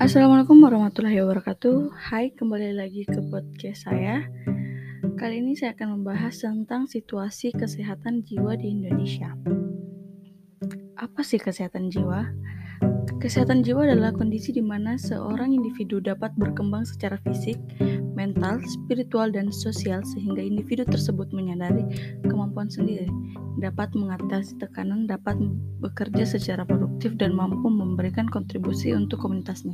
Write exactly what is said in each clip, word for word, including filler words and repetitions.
Assalamualaikum warahmatullahi wabarakatuh. Hai, kembali lagi ke podcast saya. Kali ini saya akan membahas tentang situasi kesehatan jiwa di Indonesia. Apa sih kesehatan jiwa? Kesehatan jiwa adalah kondisi di mana seorang individu dapat berkembang secara fisik, mental, spiritual, dan sosial sehingga individu tersebut menyadari kemampuan sendiri, dapat mengatasi tekanan, dapat bekerja secara produktif, dan mampu memberikan kontribusi untuk komunitasnya.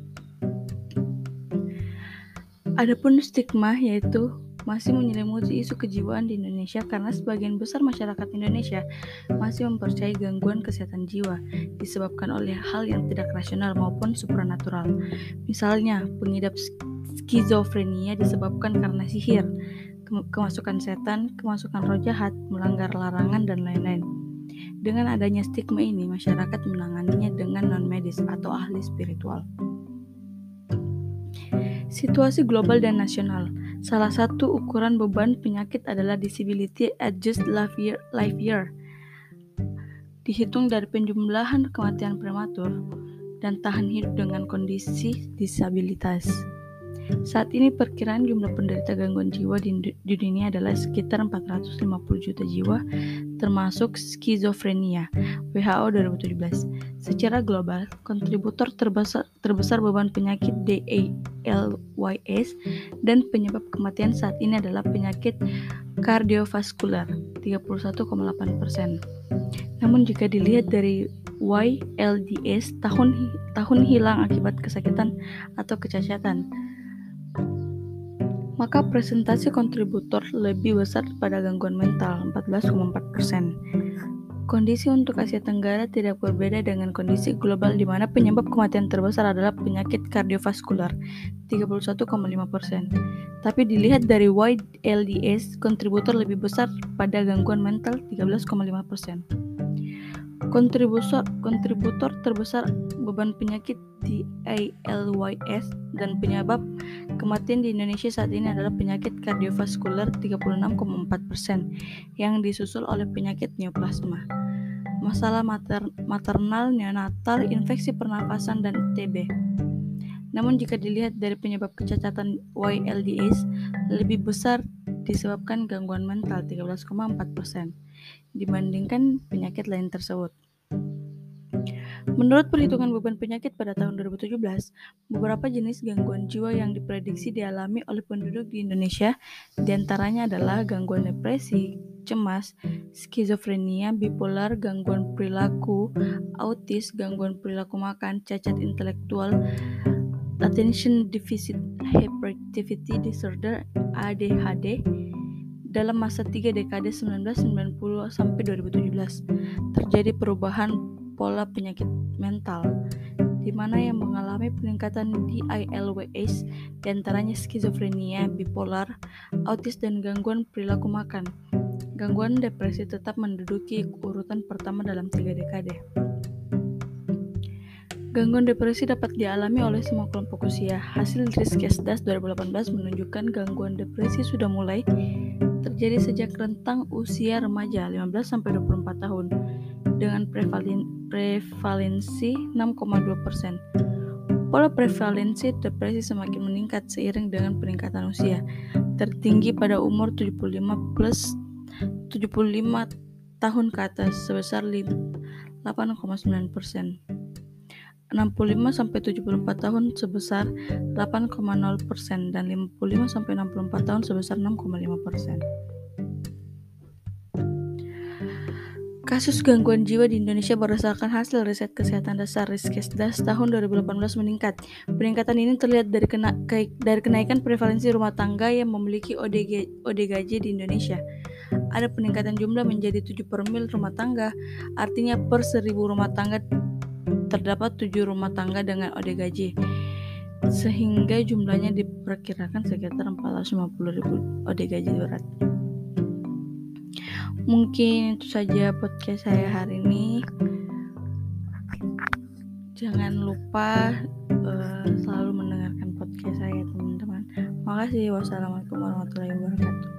Adapun stigma yaitu masih menyelimuti isu kejiwaan di Indonesia karena sebagian besar masyarakat Indonesia masih mempercayai gangguan kesehatan jiwa disebabkan oleh hal yang tidak rasional maupun supranatural. Misalnya, pengidap skizofrenia disebabkan karena sihir, kemasukan setan, kemasukan roh jahat, melanggar larangan, dan lain-lain. Dengan adanya stigma ini, masyarakat menanganinya dengan non-medis atau ahli spiritual. Situasi global dan nasional. Salah satu ukuran beban penyakit adalah Disability Adjusted Life Year, life year. Dihitung dari penjumlahan kematian prematur dan tahan hidup dengan kondisi disabilitas. Saat ini perkiraan jumlah penderita gangguan jiwa di, di dunia adalah sekitar empat ratus lima puluh juta jiwa, termasuk skizofrenia, W H O dua ribu tujuh belas. Secara global, kontributor terbesar, terbesar beban penyakit D A L Y S dan penyebab kematian saat ini adalah penyakit kardiovaskular, tiga puluh satu koma delapan persen. Namun jika dilihat dari Y L D S, tahun, tahun hilang akibat kesakitan atau kecacatan, maka presentasi kontributor lebih besar pada gangguan mental, empat belas koma empat persen. Kondisi untuk Asia Tenggara tidak berbeda dengan kondisi global di mana penyebab kematian terbesar adalah penyakit kardiovaskular, tiga puluh satu koma lima persen. Tapi dilihat dari Y L D S, kontributor lebih besar pada gangguan mental, tiga belas koma lima persen. Kontributor, kontributor terbesar beban penyakit D A L Y S dan penyebab kematian di Indonesia saat ini adalah penyakit kardiovaskular, tiga puluh enam koma empat persen, yang disusul oleh penyakit neoplasma, masalah mater, maternal, neonatal, infeksi pernafasan, dan T B. Namun jika dilihat dari penyebab kecacatan Y L D S, lebih besar disebabkan gangguan mental, tiga belas koma empat persen, dibandingkan penyakit lain tersebut. Menurut perhitungan beban penyakit pada tahun dua ribu tujuh belas, beberapa jenis gangguan jiwa yang diprediksi dialami oleh penduduk di Indonesia diantaranya adalah gangguan depresi, cemas, skizofrenia, bipolar, gangguan perilaku, autis, gangguan perilaku makan, cacat intelektual, attention deficit hyperactivity disorder A D H D. Dalam masa tiga dekade sembilan belas sembilan puluh sampai dua ribu tujuh belas, terjadi perubahan pola penyakit mental, di mana yang mengalami peningkatan D I L Y S diantaranya skizofrenia, bipolar, autis, dan gangguan perilaku makan. Gangguan depresi tetap menduduki urutan pertama dalam tiga dekade. Gangguan depresi dapat dialami oleh semua kelompok usia. Hasil Riskesdas dua ribu delapan belas menunjukkan gangguan depresi sudah mulai terjadi sejak rentang usia remaja lima belas sampai dua puluh empat tahun dengan prevalen, prevalensi enam koma dua persen. Pola prevalensi depresi semakin meningkat seiring dengan peningkatan usia. Tertinggi pada umur tujuh puluh lima plus tujuh puluh lima tahun ke atas sebesar delapan koma sembilan persen. enam puluh lima sampai tujuh puluh empat tahun sebesar delapan koma nol persen dan lima puluh lima sampai enam puluh empat tahun sebesar enam koma lima persen. Kasus gangguan jiwa di Indonesia berdasarkan hasil riset kesehatan dasar Riskesdas tahun dua ribu delapan belas meningkat. Peningkatan ini terlihat dari, kena, ke, dari kenaikan prevalensi rumah tangga yang memiliki O D G, O D G J di Indonesia. Ada peningkatan jumlah menjadi tujuh per mil rumah tangga, artinya per seribu rumah tangga terdapat tujuh rumah tangga dengan O D G J, sehingga jumlahnya diperkirakan sekitar empat ratus lima puluh ribu O D G J berat. Mungkin itu saja podcast saya hari ini. Jangan lupa uh, selalu mendengarkan podcast saya, teman-teman. Makasih. Wassalamualaikum warahmatullahi wabarakatuh.